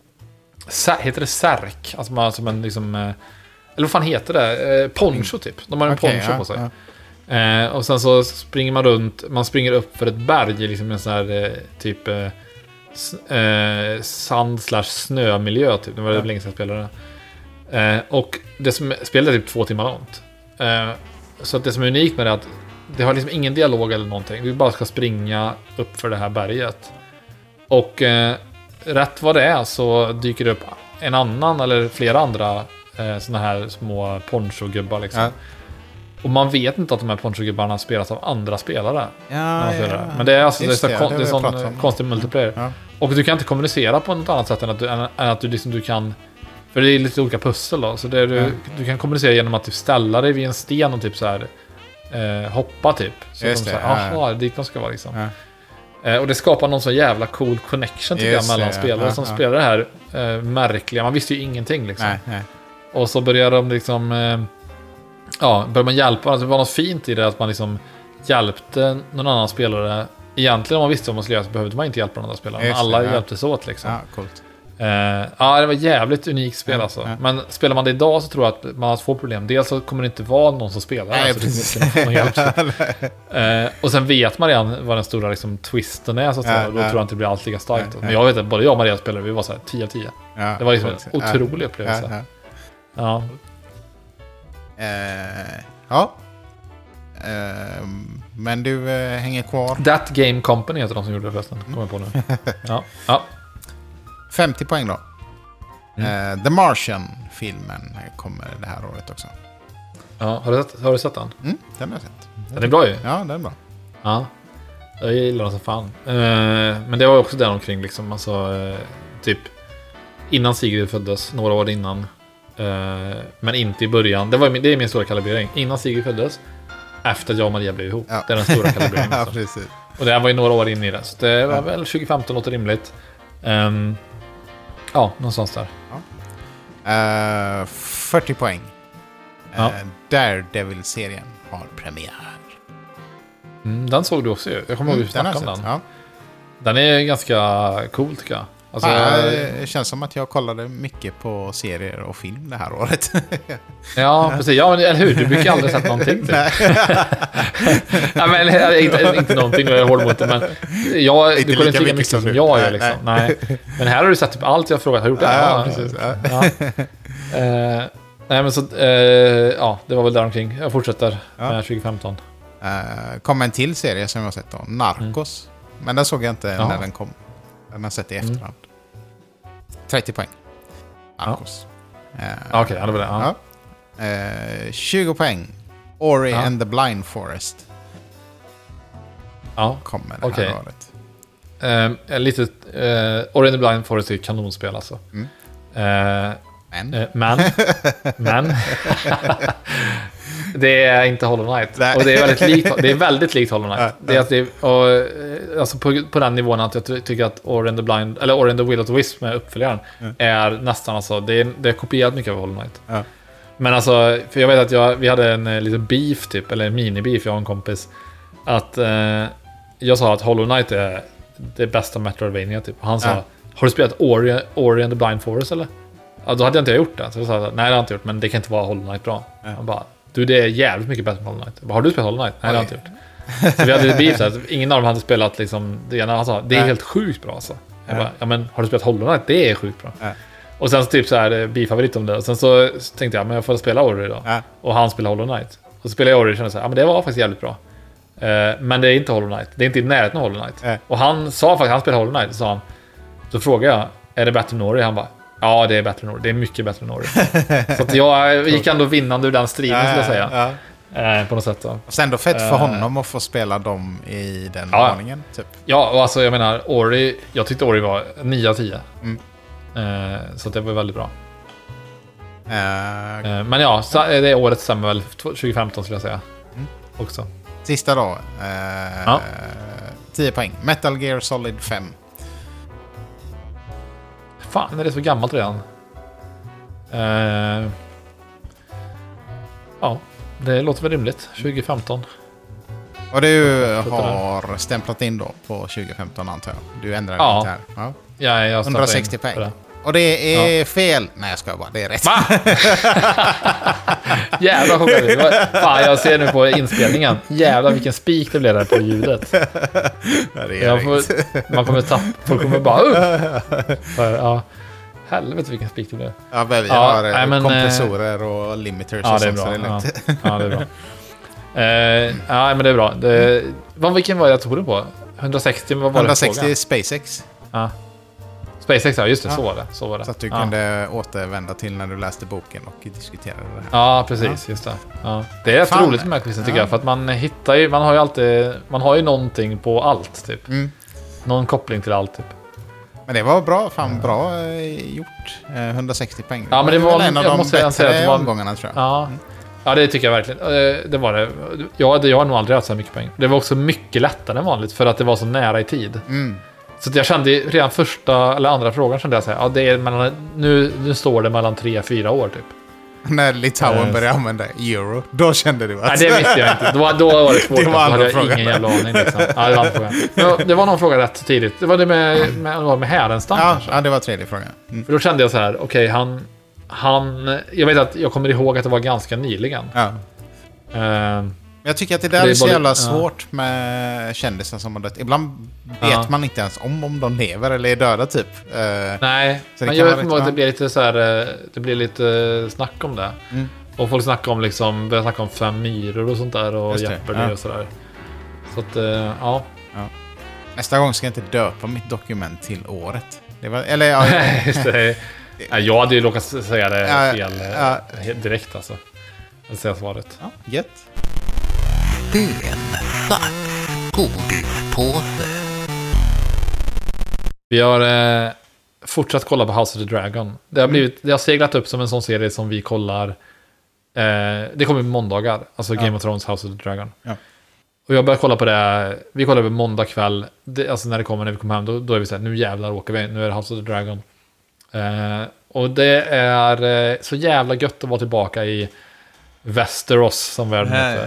sär, heter det särk? Alltså man som en liksom... Eh, eller vad fan heter det? Eh, poncho typ. De har en okay, poncho ja, på sig. Ja. Eh, och sen så springer man runt. Man springer upp för ett berg liksom en sån här eh, typ eh, s- eh, sand slash snömiljö typ. Det var det ja. länge sedan jag spelade. Eh, och det som spelet är typ två timmar långt. Eh, så att det som är unikt med det är att det har liksom ingen dialog eller någonting. Du bara ska springa upp för det här berget. Och eh, rätt vad det är så dyker det upp en annan eller flera andra eh, såna här små poncho-gubbar liksom. Ja. Och man vet inte att de här poncho-gubbarna spelas av andra spelare. Ja, ja, ja. Men det är alltså det är, så det, kon- det det är sån konstig multiplayer. Ja. Och du kan inte kommunicera på något annat sätt än att du, än, än att du, liksom, du kan... För det är lite olika pussel då. Så det är, du, ja. du kan kommunicera genom att typ ställa dig vid en sten och typ så här eh, hoppa typ. Så Just de det, så här, ja, aha, det är dit de ska vara liksom. Ja. Eh, och det skapar någon så jävla cool connection tycker jag, mellan det, spelare ja, som ja. spelar det här eh, märkliga. Man visste ju ingenting liksom. Nej, nej. Och så börjar de liksom... Eh, ja, börjar man hjälpa. Alltså, det var något fint i det att man liksom hjälpte någon annan spelare. Egentligen om man visste vad man skulle göra så behövde man inte hjälpa någon annan spelare. Men alla ja. hjälptes åt liksom. Ja, coolt. Uh, ja, det var jävligt unikt spel ja, alltså. Ja. Men spelar man det idag så tror jag att man har två problem. Dels så kommer det inte vara någon som spelar. Nej, alltså, det är någon hjälp. uh, och sen vet man redan vad den stora liksom, twisten är så att ja, säga. Och då ja. tror jag inte det blir allt lika starkt. Ja, ja. Men jag vet att både jag och Maria spelade, vi var så här tio av tio. Ja, det var liksom coolt. en otrolig ja. upplevelse. Ja. ja. ja. Uh, ja. Uh, men du uh, hänger kvar. That Game Company heter de som gjorde det förresten. Kommer jag på nu. ja. ja. femtio poäng då. Mm. Uh, The Martian-filmen kommer det här året också. Ja, har du sett, har du sett den? Mm, den har jag sett. Den är bra ju. Ja, den är bra. Ja, jag gillar den som fan. Uh, men det var också där omkring liksom. Alltså, uh, typ innan Sigrid föddes, några år innan. Uh, men inte i början. Det, var, det är min stora kalibrering. Innan Sigrid föddes, efter att jag och Maria blev ihop. Ja. Det är den stora kalibreringen. Ja, precis. Och det här var ju några år in i det. Så det var ja. väl tjugo femton låter rimligt. Um, Ja, någonstans där. Ja. Uh, fyrtio poäng. Ja. Uh, Daredevil-serien har premiär. Mm, den såg du också ju. Jag kommer ihåg mm, att vi snackade om den. Ja. Den är ganska cool tycker jag. Alltså, ja, det känns som att jag kollade mycket på serier och film det här året. Ja, precis. Ja, eller hur? Du brukar aldrig sett någonting. Typ. Nej. Nej, men inte, inte någonting. Jag håller mot det, men jag, du kollar inte lika mycket som, som jag gör. Liksom. Nej. Nej. Men här har du sett typ allt jag har frågat. Har du gjort det? Ja, ja, precis. Ja. Ja. Uh, nej, men så... Uh, ja, det var väl där omkring. Jag fortsätter ja. med tjugo femton. Uh, kom en till serie som jag har sett då. Narcos. Mm. Men den såg jag inte ja. när den kom. Den har sett i efterhand. Mm. trettio poäng. Narcos. Ja. Uh, Okej, okay, ja, det var det. Ja. Ja. Uh, tjugo poäng. Ori ja. and the Blind Forest. Ja, kommer det okay. här året. Uh, lite, uh, Ori and the Blind Forest är kanonspel alltså. Mm. Uh, men. Uh, men. men. Det är inte Hollow Knight. Nej. Och det är väldigt likt, det är väldigt likt Hollow Knight. Ja, det är att det, och, alltså på, på den nivån att jag tycker att Ori and the Blind, eller Ori and the Will of the Wisp med uppföljaren ja. är nästan alltså, det är, det är kopierat mycket av Hollow Knight. Ja. Men alltså, för jag vet att jag, vi hade en liten beef typ, eller en mini-beef, jag och en kompis. Att eh, jag sa att Hollow Knight är det bästa Metroidvania typ. Och han sa, ja. har du spelat Ori, Ori and the Blind Forest eller? Ja, då hade jag inte gjort det. Så jag sa, nej det har jag inte gjort, men det kan inte vara Hollow Knight bra. Ja. Han bara, du det är jävligt mycket bättre än Hollow Knight. Bara, har du spelat Hollow Knight? Nej, det har jag inte gjort. Så vi hade beef så att ingen av dem hade spelat liksom, det ena. Han sa, det är nej. helt sjukt bra alltså. Jag bara, ja men har du spelat Hollow Knight? Det är sjukt bra. Ja. Och sen så typ så här beefade vi lite om det. Och sen så tänkte jag, men jag får spela Ori då. Ja. Och han spelar Hollow Knight. Och så spelade jag Ori och kände så här, ja men det var faktiskt jävligt bra. Uh, men det är inte Hollow Knight. Det är inte i närheten av Hollow Knight. Ja. Och han sa faktiskt, han spelade Hollow Knight. Och sa han, så frågade jag, är det bättre än Ori? Han bara, ja det är bättre än Ori. Det är mycket bättre än Ori. Så att jag gick ändå vinnande ur den striden ja, skulle jag säga. Ja. Uh, på något sätt då. Och sen då fett för uh, honom att få spela dem i den ja. ordningen. Typ. Ja, och alltså jag menar, Ori, jag tyckte Ori var nio av tio. Mm. Uh, så det var väldigt bra. Uh, uh, men ja, så det är året stämmer väl tjugo femton skulle jag säga. Mm. Också. Sista då. Uh, ja. tio poäng. Metal Gear Solid fem. Fan, är det så gammalt redan? Uh, ja, det låter väl rimligt. tjugo femton. Och du har stämplat in då på tjugo femton antar jag. Du ändrar ja. lite här. Ja, ja jag hundrasextio poäng. Och det är ja. fel. Nej, jag ska bara. Det är rätt. Va? Jävlar chockad. Fan, jag ser nu på inspelningen. Jävlar vilken spik det blev där på ljudet. Ja, det är får, man kommer tappa. Folk kommer bara uh. För, ja. Helvete vilken spik det blev. Ja, vi ja, har nej, men, kompressorer och limiters. Ja, det är bra. Det är ja. ja, det är bra. Uh, ja, men det är bra. Det, vad, vilken var jag tog det på? hundrasextio, vad var hundrasextio det SpaceX. Ja. SpaceX, ja just det, ja. så var det. Så var det. Så att du ja. kunde återvända till när du läste boken och diskuterade det här. Ja, precis, ja. just det. Ja. Det är fan roligt med den här quizzen tycker ja. jag, för att man hittar ju, man har ju alltid, man har ju någonting på allt typ. Mm. Någon koppling till allt typ. Men det var bra, fan bra gjort. hundrasextio poäng. Ja, men det var en av de bättre var, omgångarna tror jag. Ja. Mm. Ja, det tycker jag verkligen. Det var det. Ja, jag har nog aldrig haft så mycket poäng. Det var också mycket lättare än vanligt för att det var så nära i tid. Mm. Så jag kände redan första eller andra frågan kände jag så här, ja, det är mellan, nu, nu står det mellan tre fyra år typ. När Litauen började uh, använda euro, då kände du att... Nej, det visste jag inte. Då, då var det svårt. Det var då hade jag frågan. Ingen jävla aning. Liksom. Ja, det var andra frågan. Men det var någon fråga rätt tidigt. Det var det med, med, med Härenstam. Ja, ja, det var tredje frågan. Mm. För då kände jag så här, okej, okay, han, han... Jag vet att jag kommer ihåg att det var ganska nyligen. Ja. Uh, Jag tycker att det där det är så jävla ja. svårt med kändisar som har dött. Ibland vet ja. man inte ens om om de lever eller är döda typ. Nej, så men jag kommer ihåg att det blir lite så här, det blir lite snack om det. Mm. Och folk snackar om liksom, börjar snacka om fem myror och sånt där och Jeopardy ja. och sådär. Så att, ja. ja. Nästa gång ska jag inte döpa mitt dokument till året. Det var, eller ja. Just det. Ja, jag hade ju råkat säga det fel ja, ja. direkt alltså. Jag säger svaret. Ja, gött. Bönsnack, godispåse. Vi har eh, fortsatt kolla på House of the Dragon. Det har, blivit, det har seglat upp som en sån serie som vi kollar. Eh, det kommer på måndagar. Alltså Game ja. of Thrones, House of the Dragon. Ja. Och jag börjar kolla på det. Vi kollar på måndag kväll. Det, alltså när det kommer, när vi kommer hem. Då, då är vi så här, nu jävlar åker vi. Nu är det House of the Dragon. Eh, och det är eh, så jävla gött att vara tillbaka i Westeros som världen heter.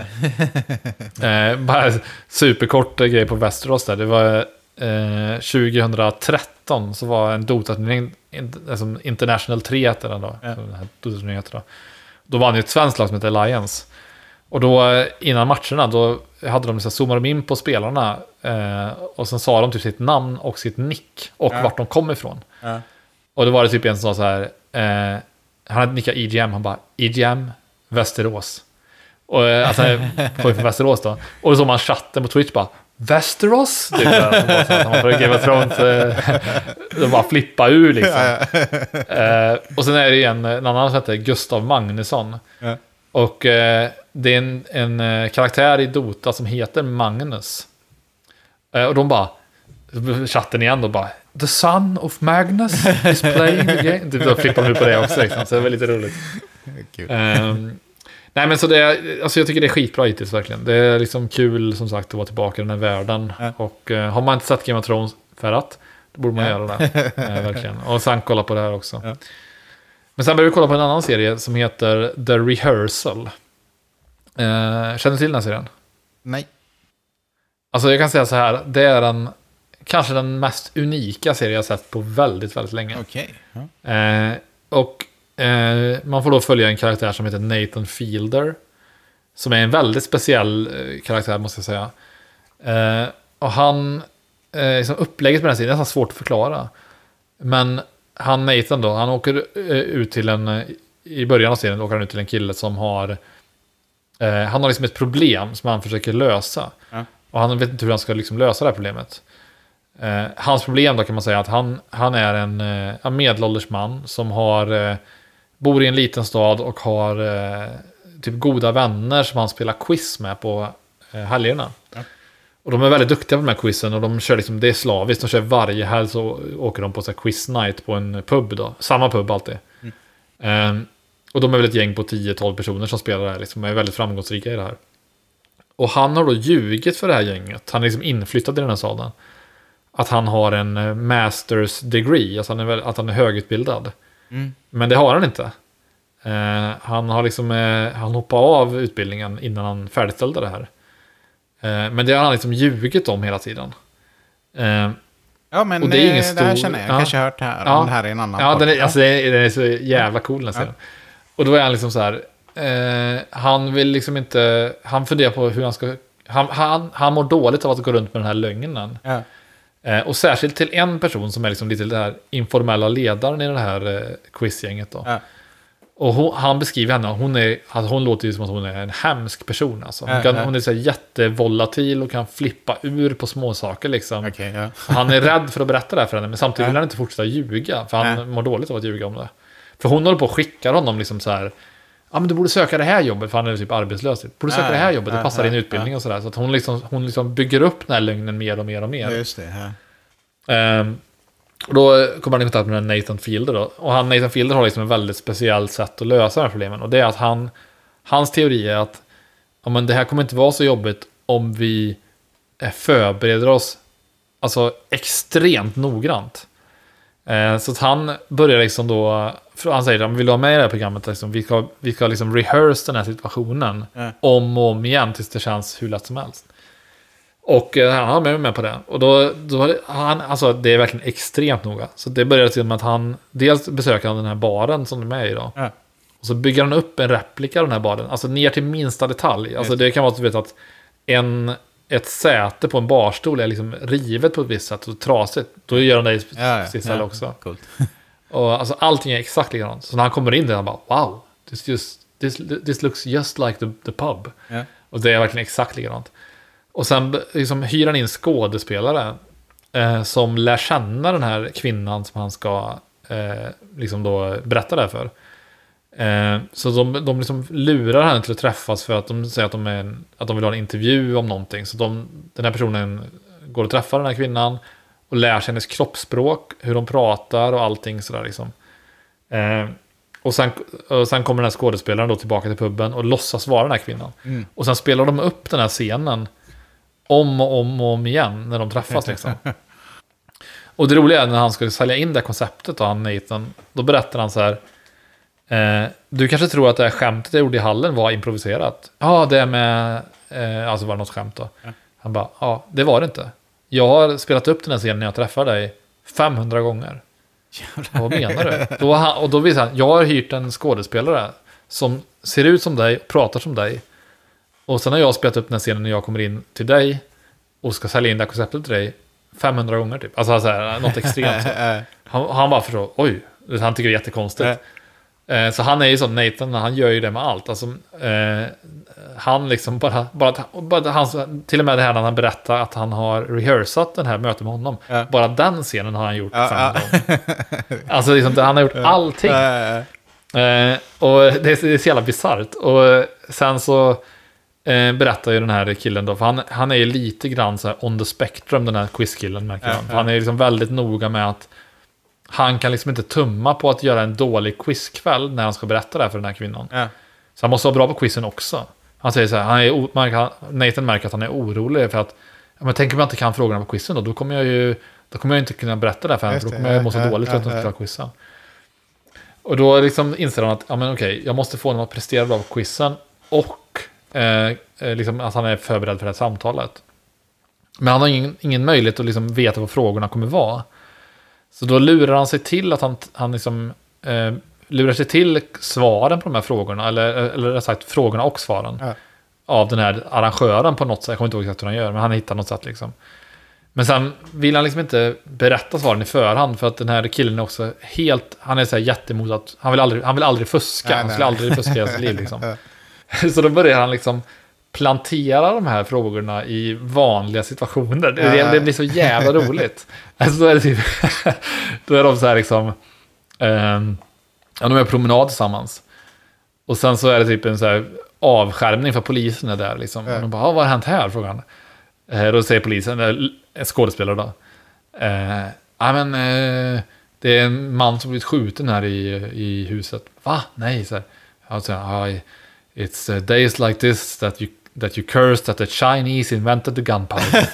eh, bara superkort grej på Westeros där. Det var eh, tjugohundratretton så var en Dota-turnering, alltså International tre heter den då. Ja. Den här Dota-turneringen heter då. Då vann ju ett svenskt lag som heter Alliance. Och då innan matcherna då hade de så zoomade de in på spelarna eh, och sen sa de typ sitt namn och sitt nick och ja. vart de kom ifrån. Ja. Och då var det typ en som sa så här eh, han hade nickat E G M, han bara E G M Västerås. Och eh, alltså på för Västerås då. Och då såg man chatten på Twitch bara Västerås? Typ, man får Game of Thrones eh, de bara flippa ur liksom. eh, och sen är det en, en annan som heter Gustav Magnusson. Ja. Och eh, det är en, en eh, karaktär i Dota som heter Magnus. Eh, och de bara chatten igen då bara The son of Magnus is playing the game. Då flippar de ut på det också liksom. Så det var lite roligt. um, nej men så det är, alltså jag tycker det är skitbra hittills verkligen. Det är liksom kul som sagt att vara tillbaka i den här världen. Ja. Och uh, har man inte sett Game of Thrones förrat, då borde man ja. göra det. uh, verkligen. Och sen kolla på det här också. Ja. Men sen började vi kolla på en annan serie som heter The Rehearsal. Uh, känner du till den här serien? Nej. Alltså jag kan säga så här, det är en kanske den mest unika serie jag sett på väldigt, väldigt länge. Okej. Okay. Uh, och uh, man får då följa en karaktär som heter Nathan Fielder. Som är en väldigt speciell uh, karaktär måste jag säga. Uh, och han, uh, liksom upplägget med den här serien är nästan svårt att förklara. Men han Nathan då, han åker uh, ut till en, uh, i början av serien åker han ut till en kille som har, uh, han har liksom ett problem som han försöker lösa. Ja. Och han vet inte hur han ska liksom lösa det här problemet. Uh, hans problem då kan man säga att han, han är en, uh, en medelålders man som har, uh, bor i en liten stad och har uh, typ goda vänner som han spelar quiz med på uh, helgerna. Ja. Och de är väldigt duktiga på de här quizen och de kör liksom, det är slaviskt, de kör varje helg så åker de på så här quiz night på en pub då, samma pub alltid. Mm. Uh, och de är väl ett gäng på tio tolv personer som spelar det här, liksom, är väldigt framgångsrika i det här. Och han har då ljugit för det här gänget, han är liksom inflyttad i den här staden. Att han har en masters degree, alltså han är väl, att han är högutbildad. Mm. Men det har han inte. Eh, han har liksom eh, han hoppade av utbildningen innan han färdigställde det här. Eh, men det har han liksom ljugit om hela tiden. Eh, ja, men och det, är ingen stor, det här känner jag. Jag ja, kanske har hört det här. Ja, det här är en annan ja, den är, alltså, det är, den är så jävla cool den ja. Och då är han liksom så här. Eh, han vill liksom inte. Han funderar på hur han ska. Han, han, han mår dåligt av att gå runt med den här lögnen. Ja. Och särskilt till en person som är liksom lite den här informella ledaren i det här eh, quizgänget då. Ja. Och hon, han beskriver henne, hon, är, alltså hon låter ju som att hon är en hemsk person. Alltså. Hon, kan, ja, ja. hon är så här jättevolatil och kan flippa ur på små saker liksom. Okay, ja. Han är rädd för att berätta det här för henne, men samtidigt ja. vill han inte fortsätta ljuga. För han ja. mår dåligt av att ljuga om det. För hon håller på och skickar honom liksom så här. Ja, men du borde söka det här jobbet, för han är typ arbetslös. Du borde söka ja, det här jobbet, det passar ja, din utbildning ja. och sådär. Så att hon liksom, hon liksom bygger upp den här lögnen mer och mer och mer. Ja, just det, ja. Um, och då kommer han i kontakt med Nathan Fielder då. Och han, Nathan Fielder har liksom en väldigt speciellt sätt att lösa de här problemen. Och det är att han, hans teori är att ja, men det här kommer inte vara så jobbigt om vi förbereder oss alltså extremt noggrant. Uh, så att han börjar liksom då, han säger att vill du ha med i det här programmet liksom, vi ska, vi ska liksom rehearse den här situationen mm. om och om igen tills det känns hur lätt som helst. Och eh, han har med mig på det. Och då, då han, alltså det är verkligen extremt noga. Så det börjar till med att han dels besöker den här baren som de är i då. Ja. Och så bygger han upp en replika av den här baren. Alltså ner till minsta detalj. Alltså det kan vara att du vet att en, ett säte på en barstol är liksom rivet på ett visst sätt och trasigt. Då gör han det i ja, ja. sitt ställe ja, också. Coolt. Och alltså allting är exakt likadant. Så när han kommer in där han bara wow, this, just, this, this looks just like the, the pub. Ja. Och det är verkligen exakt likadant. Och sen liksom hyr han in skådespelare eh, som lär känna den här kvinnan som han ska eh, liksom då berätta det för. Eh, så de, de liksom lurar henne till att träffas för att de säger att de, är, att de vill ha en intervju om någonting. Så de, den här personen går och träffar den här kvinnan och lär sig hennes kroppsspråk, hur de pratar och allting sådär liksom. Eh, och, sen, och sen kommer den här skådespelaren då tillbaka till puben och låtsas vara den här kvinnan. Mm. Och sen spelar de upp den här scenen om och om och om igen när de träffas liksom. Och det roliga är när han skulle sälja in det konceptet och han Nathan, då berättar han så här: eh, du kanske tror att det här skämtet jag gjorde i hallen var improviserat. Ja, det är med, eh, alltså var det något skämt då. Ja. Han bara, ja, det var det inte. Jag har spelat upp den här scenen när jag träffar dig femhundra gånger. Jävlar. Vad menar du? Då han, och då visar han, jag har hyrt en skådespelare som ser ut som dig, pratar som dig. Och sen har jag spelat upp den här scenen när jag kommer in till dig och ska sälja in det här konceptet till dig femhundra gånger typ. Alltså så här, något extremt. Så. Han, han bara förstår, oj, han tycker det är jättekonstigt. Eh, så han är ju som Nathan, han gör ju det med allt. Alltså, eh, han liksom bara, bara, bara han, till och med det här när han berättar att han har rehearsat den här mötet med honom. Ja. Bara den scenen har han gjort ja, fem ja. gånger. Alltså liksom, han har gjort allting. Ja, ja, ja. Eh, och det är, det är så jävla bizarrt. Och sen så eh, berättar ju den här killen då, för han, han är ju lite grann så här on the spectrum, den här quizkillen märker man. Ja, ja. Han är liksom väldigt noga med att han kan liksom inte tumma på att göra en dålig quizkväll när han ska berätta det här för den här kvinnan. Ja. Så han måste vara bra på quizen också. Han säger så här, han är, Nathan märker att han är orolig för att, ja, men tänk om jag inte kan frågorna på quizen då, då kommer jag ju då kommer jag inte kunna berätta det här för henne, för då kommer jag må så dåligt för att jag inte klarar quizen. Och då liksom inser han att, ja men okej, jag måste få honom att prestera bra på quizen och eh, liksom att han är förberedd för det här samtalet. Men han har ingen, ingen möjlighet att liksom veta vad frågorna kommer vara. Så då lurar han sig till att han, han liksom, eh, lurar sig till svaren på de här frågorna, eller, eller rätt sagt frågorna och svaren ja. av den här arrangören på något sätt. Jag kommer inte ihåg exakt hur han gör, men han hittar något sätt liksom. Men sen vill han liksom inte berätta svaren i förhand, för att den här killen är också helt, han är så här jättemot att, han vill aldrig, han vill aldrig fuska, nej, han skulle nej. aldrig fuska i sitt liv liksom. Så då börjar han liksom plantera de här frågorna i vanliga situationer. Det, det blir så jävla roligt. Alltså då är det typ, då är de så här liksom, eh, ja, de är promenad tillsammans. Och sen så är det typ en så här avskärmning för polisen är där liksom. Och de bara, vad har hänt här? Frågan. Eh, då säger polisen, en skådespelare då. Eh, ja men, eh, det är en man som blivit skjuten här i, i huset. Va? Nej, så här. Alltså, I, it's uh, days like this that you that you cursed that the Chinese invented the gunpowder.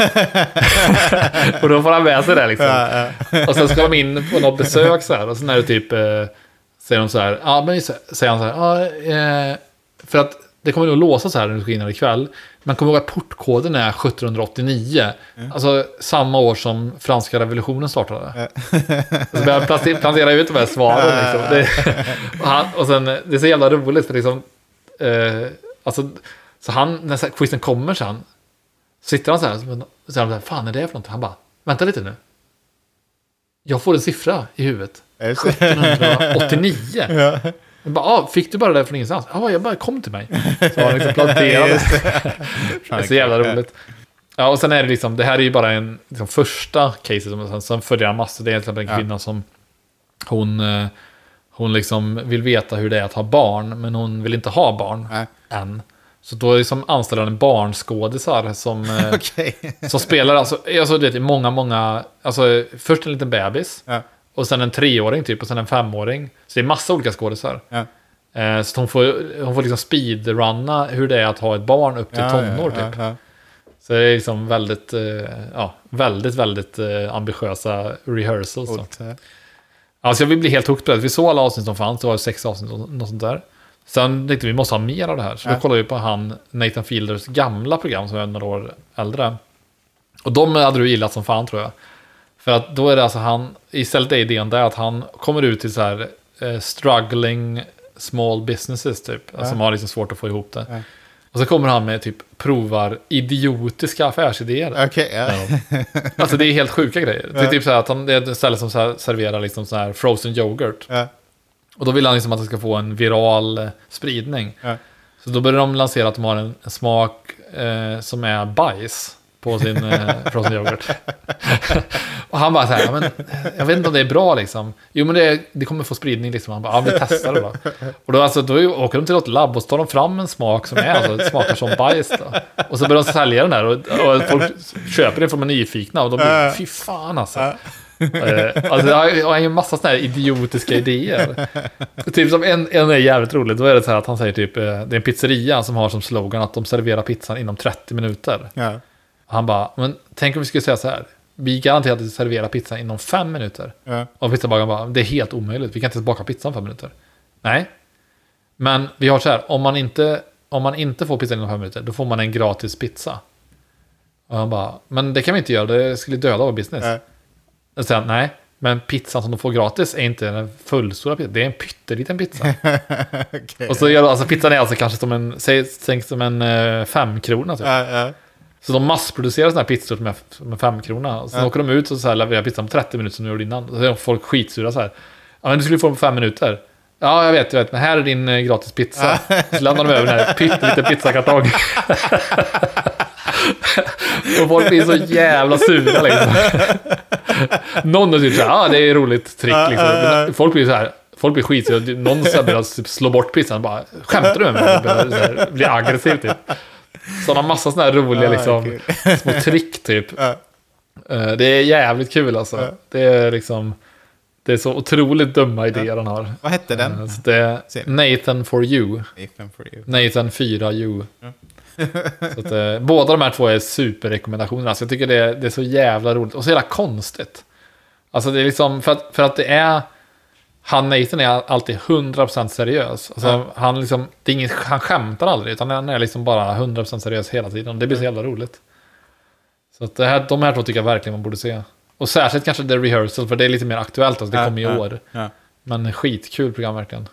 Och då får han med sig det liksom. Ja, ja. Och sen ska de in på något besök så här. Och sen är det typ, eh, säger de så här, ja men säger han så här, ja, eh, för att det kommer nog låsa så här när du ska in ikväll. Men kom ihåg att portkoden är sjutton åttionio. Mm. Alltså samma år som franska revolutionen startade. Mm. Så börjar han plantera ut de här svaren liksom. Det, och, han, och sen, det är så jävla roligt för liksom, eh, alltså, så han, när quizen kommer sen, sitter han så här, så säger han, fan är det för något? Han bara, vänta lite nu. Jag får en siffra i huvudet. sjutton åttionio. Ja. Jag bara, ah, fick du bara det från ingenstans? Ja, ah, jag bara kom till mig. Så han liksom planterade. Det är så jävla roligt. Ja, och sen är det liksom, det här är ju bara en liksom, första case som, som följer en massa. Det är egentligen en kvinna ja. som hon, hon liksom vill veta hur det är att ha barn, men hon vill inte ha barn Nej. än. Så då liksom anställer en barnskådisar som, okay. som spelar, alltså, alltså det är många, många, alltså först en liten bebis. Ja. Och sen en treåring typ, och sen en femåring. Så det är massa olika skådisar. Ja. Eh, så hon får, hon får liksom speedrunna hur det är att ha ett barn upp till ja, tonår ja, typ. Ja, ja. Så det är liksom väldigt, eh, ja, väldigt, väldigt eh, ambitiösa rehearsals. Så. Alltså jag vill bli helt hooked på det. Vi såg alla avsnitt som fanns, det var sex avsnitt och något sånt där. Sen tänkte vi måste ha mer av det här. Så ja. då kollade vi på han Nathan Fielders gamla program som är några år äldre. Och de hade du gillat som fan tror jag. För att då är det alltså han, istället är idén där att han kommer ut till så här eh, struggling small businesses typ. Ja. Som har liksom svårt att få ihop det. Ja. Och så kommer han med typ provar idiotiska affärsidéer. Okay, ja. Ja. Alltså det är helt sjuka grejer. Ja. Det är typ så här att han, det är ett ställe som så här, serverar liksom så här frozen yoghurt. Ja. Och då vill han liksom att det ska få en viral eh, spridning. Ja. Så då börjar de lansera att de har en, en smak eh, som är bajs på sin eh, frozen yoghurt. Och han bara så här, men jag vet inte om det är bra liksom. Jo men det, det kommer få spridning liksom. Han bara, ja vi testar det då. Och då, alltså, då åker de till ett labb och så tar de fram en smak som är, alltså smakar som bajs då. Och så börjar de sälja den där och, och folk köper den från de nyfikna och de blir, fy fan alltså. uh, alltså jag har ju en massa såna här idiotiska idéer. Typ som en, en är jävligt rolig. Då är det så här att han säger typ, det är en pizzeria som har som slogan att de serverar pizzan inom trettio minuter. Ja. Han bara, men tänk om vi skulle säga så här. vi garanterar att servera pizzan inom fem minuter. Ja. Och pizzabagaren bara, det är helt omöjligt. Vi kan inte ens baka pizzan fem minuter. Nej. Men vi har så här, om man inte, om man inte får pizzan inom fem minuter, då får man en gratis pizza. Och han bara, men det kan vi inte göra, det skulle döda vår business. Ja. Och sen, nej, men pizzan som de får gratis är inte en fullstora pizza, det är en pytteliten pizza. Okay. Och så gör alltså pizzan är alltså kanske som en, säg, säg som en uh, femkrona typ. Ja, ja. Så de massproducerar sådana här pizzor med, med fem krona. Och sen ja. åker de ut och så här levererar pizzan på trettio minuter som de gjorde innan. Och så är folk skitsura så här. Ja, men du skulle få den på fem minuter. Ja, jag vet, jag vet. Men här är din uh, gratis pizza. Så lämnar de över den här pytteliten pizzakartong. Och folk blir så jävla sura liksom. Någon är typ så här, ja, det är ett roligt trick liksom. Men folk blir så här, folk blir skitsura. Någon så börjar typ slå bort pizzan. Bara, skämtar du med mig? Det blir aggressivt typ. Så har massa sådana här roliga liksom, små trick typ. Det är jävligt kul alltså. Det är liksom, det är så otroligt dumma idéer han har. Vad hette den? Så det är Nathan for you. Nathan for you. Nathan fyra you. Så att, eh, båda de här två är superrekommendationer. Alltså, jag tycker det är, det är så jävla roligt. Och så jävla konstigt. Alltså det är liksom, för att, för att det är, han Nathan är alltid hundra procent seriös. Alltså, mm. han, liksom, det är inget, han skämtar aldrig, utan han är liksom bara hundra procent seriös hela tiden. Det blir så jävla roligt. Så att det här, de här två tycker jag verkligen man borde se. Och särskilt kanske The Rehearsal, för det är lite mer aktuellt. Alltså, det kommer i år. Ja. Men skitkul program verkligen.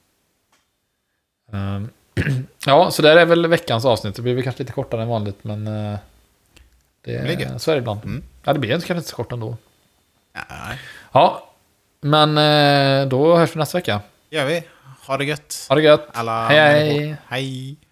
Um, ja, så det är väl veckans avsnitt. Det blir väl kanske lite kortare än vanligt, men uh, det är, så är det ibland. Mm. Ja, det blir kanske inte så kort ändå. Nej. Ja, men uh, då hörs vi nästa vecka. Gör vi. Ha det gött. Ha det gött. Alla hej, hej. Hej.